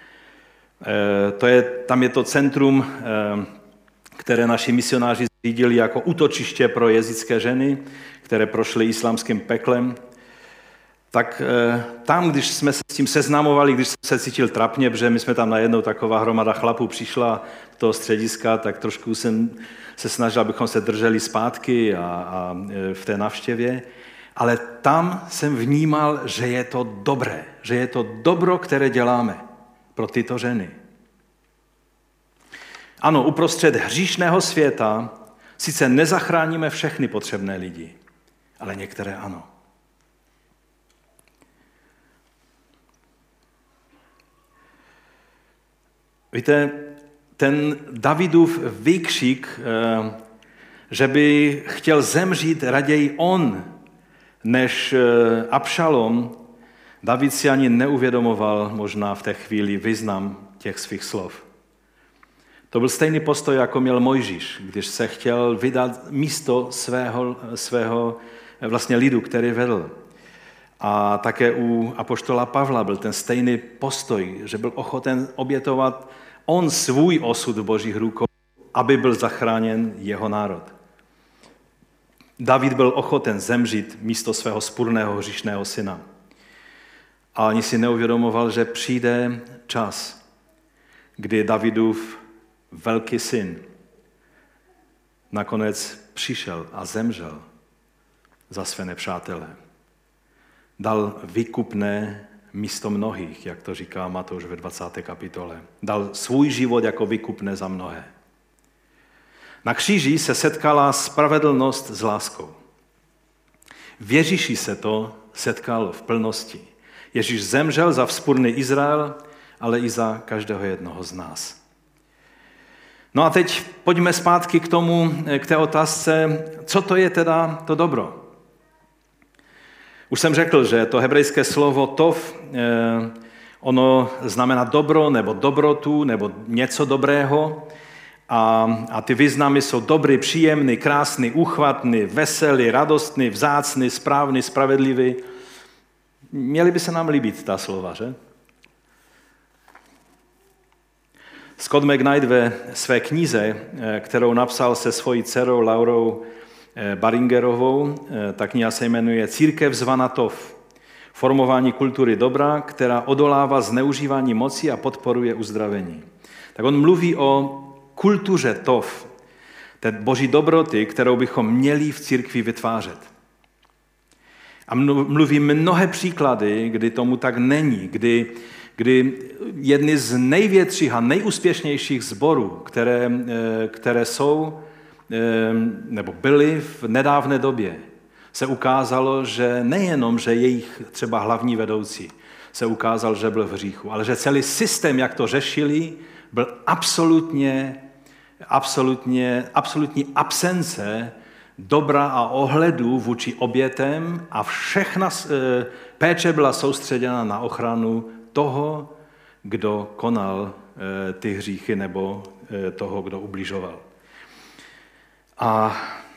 tam je to centrum, které naši misionáři zřídili jako útočiště pro jezické ženy, které prošly islámským peklem. Tak tam, když jsme se s tím seznamovali, když jsem se cítil trapně, protože my jsme tam najednou taková hromada chlapů přišla do toho střediska, tak trošku jsem se snažil, abychom se drželi zpátky a v té návštěvě. Ale tam jsem vnímal, že je to dobré, že je to dobro, které děláme pro tyto ženy. Ano, uprostřed hříšného světa sice nezachráníme všechny potřebné lidi, ale některé ano. Víte, ten Davidův výkřik, že by chtěl zemřít raději on, než Abšalom, David si ani neuvědomoval možná v té chvíli význam těch svých slov. To byl stejný postoj, jako měl Mojžíš, když se chtěl vydat místo svého vlastně lidu, který vedl. A také u apoštola Pavla byl ten stejný postoj, že byl ochoten obětovat on svůj osud v Božích rukou, aby byl zachráněn jeho národ. David byl ochoten zemřít místo svého spurného hříšného syna. A ani si neuvědomoval, že přijde čas, kdy Davidův velký syn nakonec přišel a zemřel za své nepřátele. Dal výkupné místo mnohých, jak to říká Matouš ve 20. kapitole. Dal svůj život jako výkupné za mnohé. Na kříži se setkala spravedlnost s láskou. V Ježíši se to setkalo v plnosti. Ježíš zemřel za vzpurný Izrael, ale i za každého jednoho z nás. No a teď pojďme zpátky k té otázce, co to je teda to dobro. Už jsem řekl, že to hebrejské slovo tov, ono znamená dobro nebo dobrotu nebo něco dobrého a ty významy jsou dobrý, příjemný, krásný, úchvatný, veselý, radostný, vzácný, správný, spravedlivý. Měly by se nám líbit ta slova, že? Scott McKnight ve své knize, kterou napsal se svojí dcerou Laurou Baringerovou, ta kniha se jmenuje Církev zvaná Tov. Formování kultury dobra, která odolává zneužívání moci a podporuje uzdravení. Tak on mluví o kultuře Tov, té boží dobroty, kterou bychom měli v církvi vytvářet. A mluví mnohé příklady, kdy tomu tak není, kdy jedny z největších a nejúspěšnějších sborů, které jsou nebo byly v nedávné době, se ukázalo, že nejenom, že jejich třeba hlavní vedoucí se ukázal, že byl v hříchu, ale že celý systém, jak to řešili, byl absolutní absence dobra a ohledu vůči obětem a všechna péče byla soustředěna na ochranu toho, kdo konal ty hříchy nebo toho, kdo ubližoval. A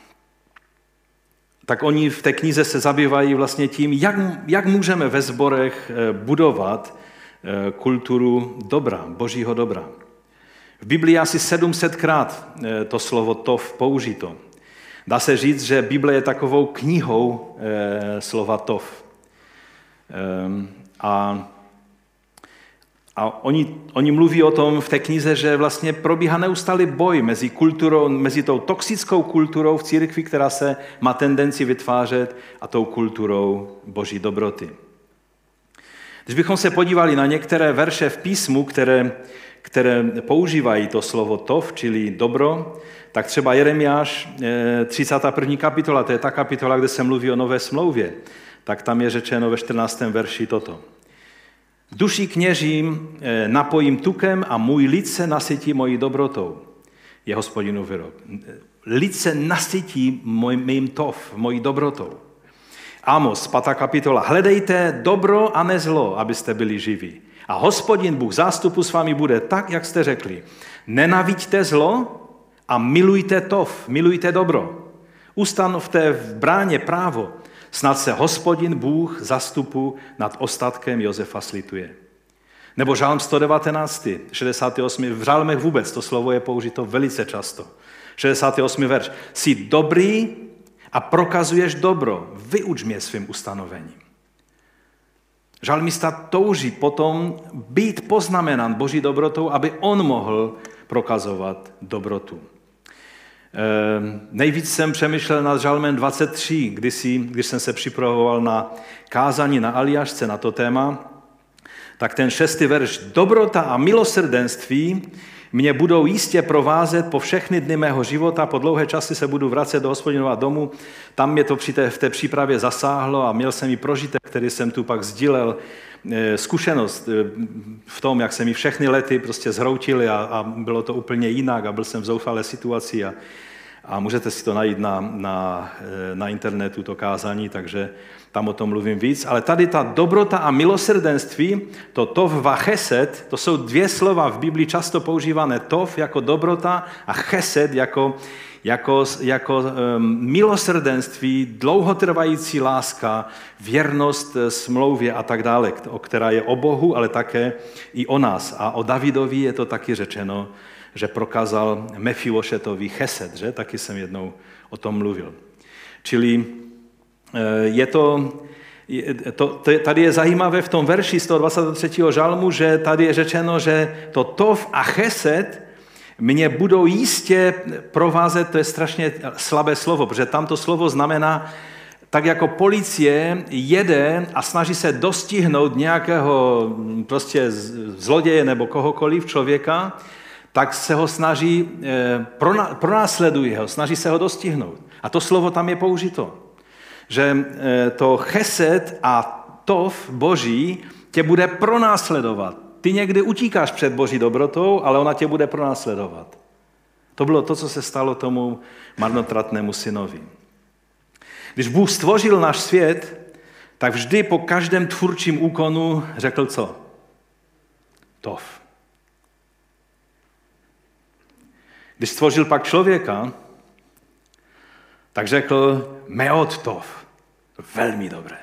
tak oni v té knize se zabývají vlastně tím, jak můžeme ve sborech budovat kulturu dobra, božího dobra. V Biblii asi 700krát to slovo tov použito. Dá se říct, že Bible je takovou knihou slova tov. A oni mluví o tom v té knize, že vlastně probíhá neustálý boj mezi tou toxickou kulturou v církvi, která se má tendenci vytvářet, a tou kulturou boží dobroty. Když bychom se podívali na některé verše v písmu, které používají to slovo tov, čili dobro, tak třeba Jeremiáš 31. kapitola, to je ta kapitola, kde se mluví o nové smlouvě, tak tam je řečeno ve 14. verši toto. Duši kněžím napojím tukem a můj lid se nasytí mojí dobrotou, je Hospodinův výrok. Lid se nasytí mým tov, mojí dobrotou. Amos, 5. kapitola. Hledejte dobro a ne zlo, abyste byli živí. A Hospodin Bůh zástupu s vámi bude tak, jak jste řekli. Nenaviďte zlo a milujte tov, milujte dobro. Ustanovte v bráně právo, snad se Hospodin Bůh zástupu nad ostatkem Josefa slituje. Nebo Žálm 119, 68. V žálmech vůbec to slovo je použito velice často. 68. verš. Jsi dobrý a prokazuješ dobro. Vyuč mě svým ustanovením. Žalmista touží potom být poznamenán Boží dobrotou, aby on mohl prokazovat dobrotu. Nejvíc jsem přemýšlel nad žalmem 23, když jsem se připravoval na kázání na Eliášce na to téma, tak ten 6. verš. Dobrota a milosrdenství mě budou jistě provázet po všechny dny mého života, po dlouhé časy se budu vracet do Hospodinova domu. Tam mě to v té přípravě zasáhlo a měl jsem i prožitek, který jsem tu pak sdílel, zkušenost v tom, jak se mi všechny lety prostě zhroutily a bylo to úplně jinak a byl jsem v zoufalé situaci a můžete si to najít na internetu, to kázání, takže tam o tom mluvím víc. Ale tady ta dobrota a milosrdenství, to tov va chesed, to jsou dvě slova v Biblii často používané. Tov jako dobrota a chesed jako milosrdenství, dlouhotrvající láska, věrnost smlouvě a tak dále, která je o Bohu, ale také i o nás. A o Davidovi je to taky řečeno, že prokázal Mefibošetovi chesed, že? Taky jsem jednou o tom mluvil. Čili tady je zajímavé v tom verši 123. žalmu, že tady je řečeno, že to tov a chesed mě budou jistě provázet, to je strašně slabé slovo, protože tamto slovo znamená, tak jako policie jede a snaží se dostihnout nějakého prostě zloděje nebo kohokoliv člověka, tak se ho snaží, pronásleduje ho, snaží se ho dostihnout. A to slovo tam je použito. Že to chesed a tov Boží tě bude pronásledovat. Ty někdy utíkáš před Boží dobrotou, ale ona tě bude pronásledovat. To bylo to, co se stalo tomu marnotratnému synovi. Když Bůh stvořil náš svět, tak vždy po každém tvůrčím úkonu řekl co? Tov. Když stvořil pak člověka, tak řekl meod tov. Velmi dobré.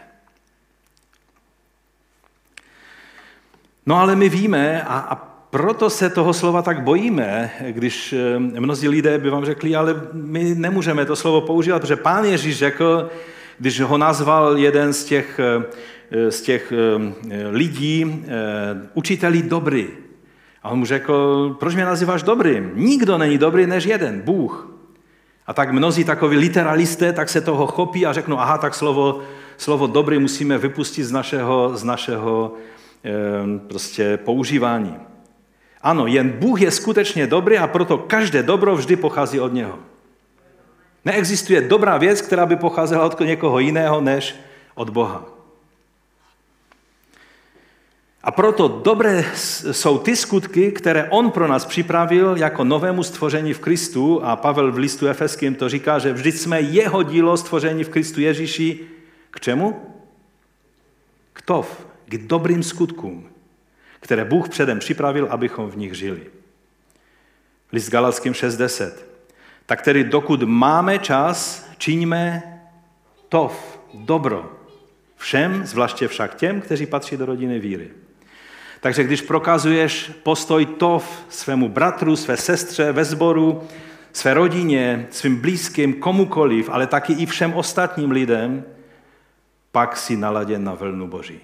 No ale my víme a proto se toho slova tak bojíme, když mnozí lidé by vám řekli, ale my nemůžeme to slovo používat, protože Pán Ježíš řekl, když ho nazval jeden z těch lidí, učiteli dobrý. A on mu řekl, proč mě nazýváš dobrým? Nikdo není dobrý než jeden, Bůh. A tak mnozí takoví literalisté tak se toho chopí a řeknou, aha, tak slovo dobrý musíme vypustit z našeho prostě používání. Ano, jen Bůh je skutečně dobrý a proto každé dobro vždy pochází od něho. Neexistuje dobrá věc, která by pocházela od někoho jiného než od Boha. A proto dobré jsou ty skutky, které on pro nás připravil jako novému stvoření v Kristu a Pavel v listu Efeským to říká, že vždyť jsme jeho dílo stvoření v Kristu Ježíši. K čemu? K tov, k dobrým skutkům, které Bůh předem připravil, abychom v nich žili. List Galatským 6:10. Tak tedy dokud máme čas, čiňme tov, dobro. Všem, zvláště však těm, kteří patří do rodiny víry. Takže když prokazuješ postoj tov svému bratru, své sestře, ve sboru, své rodině, svým blízkým, komukoliv, ale taky i všem ostatním lidem, pak si naladěn na vlnu Boží.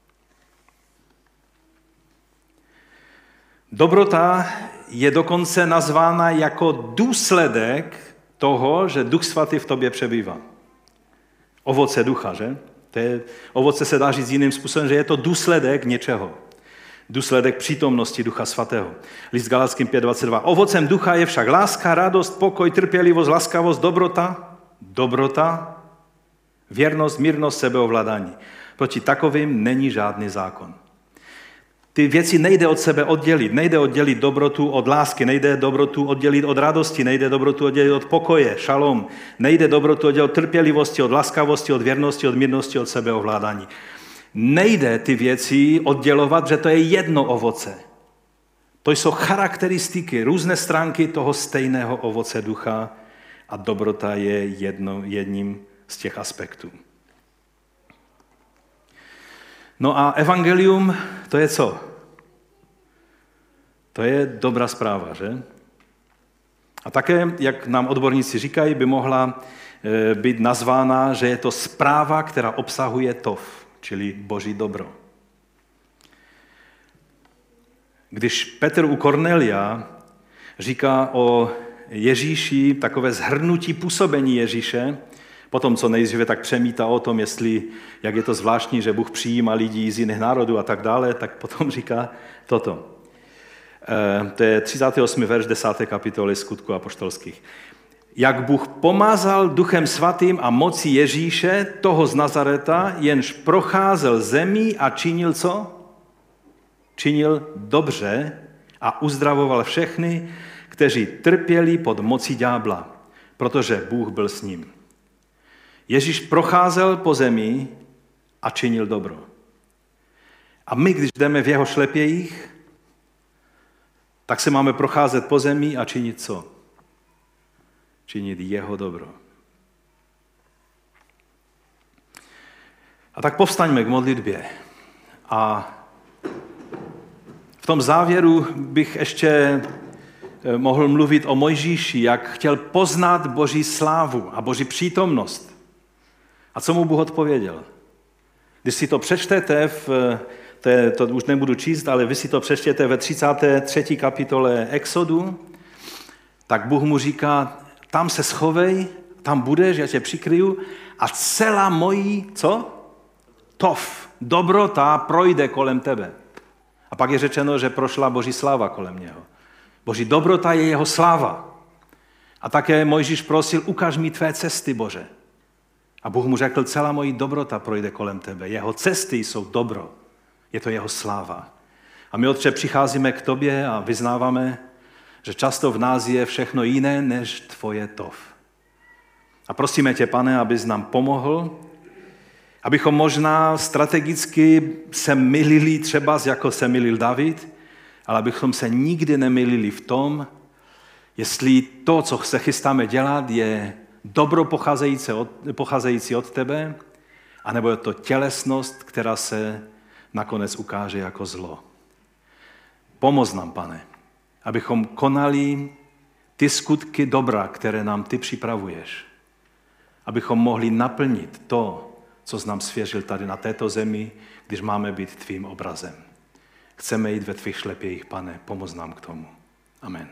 Dobrota je dokonce nazvána jako důsledek toho, že Duch Svatý v tobě přebývá. Ovoce ducha, že? Ovoce se dá říct jiným způsobem, že je to důsledek něčeho. Důsledek přítomnosti Ducha Svatého. List Galatským 5:22. Ovocem ducha je však láska, radost, pokoj, trpělivost, laskavost, dobrota, věrnost, mírnost, sebeovládání. Proti takovým není žádný zákon. Ty věci nejde od sebe oddělit. Nejde oddělit dobrotu od lásky, nejde dobrotu oddělit od radosti, nejde dobrotu oddělit od pokoje, šalom. Nejde dobrotu oddělit od trpělivosti, od laskavosti, od věrnosti, od mírnosti, od sebeovládání. Nejde ty věci oddělovat, že to je jedno ovoce. To jsou charakteristiky, různé stránky toho stejného ovoce ducha a dobrota je jedním z těch aspektů. No a evangelium, to je co? To je dobrá zpráva, že? A také, jak nám odborníci říkají, by mohla být nazvána, že je to zpráva, která obsahuje tov, čili Boží dobro. Když Petr u Kornelia říká o Ježíši takové shrnutí působení Ježíše, potom, co nejdříve tak přemítá o tom, jak je to zvláštní, že Bůh přijímá lidi z jiných národů a tak dále, tak potom říká toto. To je 38. verš 10. kapitoly Skutků apoštolských. Jak Bůh pomazal Duchem Svatým a mocí Ježíše, toho z Nazareta, jenž procházel zemí a činil co? Činil dobře a uzdravoval všechny, kteří trpěli pod mocí ďábla, protože Bůh byl s ním. Ježíš procházel po zemi a činil dobro. A my, když jdeme v jeho šlepějích, tak se máme procházet po zemi a činit co? Činit jeho dobro. A tak povstaňme k modlitbě. A v tom závěru bych ještě mohl mluvit o Mojžíši, jak chtěl poznat Boží slávu a Boží přítomnost. A co mu Bůh odpověděl? Když si to přečtete, to už nebudu číst, ale vy si to přečtěte ve 33. kapitole Exodu, tak Bůh mu říká, tam se schovej, tam budeš, já tě přikryju a celá mojí, co? Tov, dobrota projde kolem tebe. A pak je řečeno, že prošla Boží sláva kolem něho. Boží dobrota je jeho sláva. A také Mojžíš prosil, ukaž mi tvé cesty, Bože. A Bůh mu řekl, celá mojí dobrota projde kolem tebe. Jeho cesty jsou dobro. Je to jeho sláva. A my, Otče, přicházíme k tobě a vyznáváme, že často v nás je všechno jiné než tvoje tov. A prosíme tě, Pane, abys nám pomohl, abychom možná strategicky se mylili třeba, jako se mylil David, ale abychom se nikdy nemylili v tom, jestli to, co se chystáme dělat, je dobro pocházející od tebe, anebo je to tělesnost, která se nakonec ukáže jako zlo. Pomoz nám, Pane, abychom konali ty skutky dobra, které nám ty připravuješ. Abychom mohli naplnit to, co jsi nám svěřil tady na této zemi, když máme být tvým obrazem. Chceme jít ve tvých šlepějích, Pane, pomoz nám k tomu. Amen.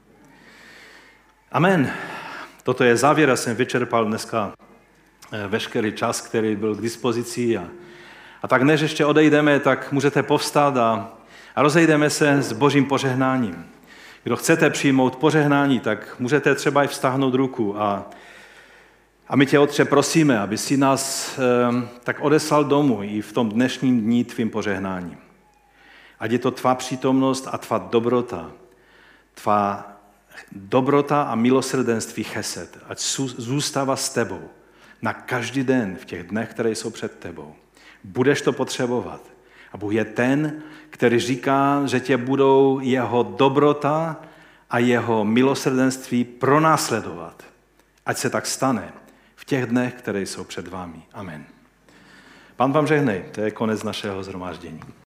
Amen. Toto je závěr, já jsem vyčerpal dneska veškerý čas, který byl k dispozici. A tak než ještě odejdeme, tak můžete povstat a rozejdeme se s Božím požehnáním. Kdo chcete přijmout požehnání, tak můžete třeba i vztáhnout ruku a my tě, Otče, prosíme, aby si nás tak odeslal domů i v tom dnešním dní tvým požehnáním. Ať je to tvá přítomnost a tvá dobrota a milosrdenství chesed, ať zůstává s tebou na každý den v těch dnech, které jsou před tebou. Budeš to potřebovat. A Bůh je ten, který říká, že tě budou jeho dobrota a jeho milosrdenství pronásledovat. Ať se tak stane v těch dnech, které jsou před vámi. Amen. Pán vám žehnej, to je konec našeho shromáždění.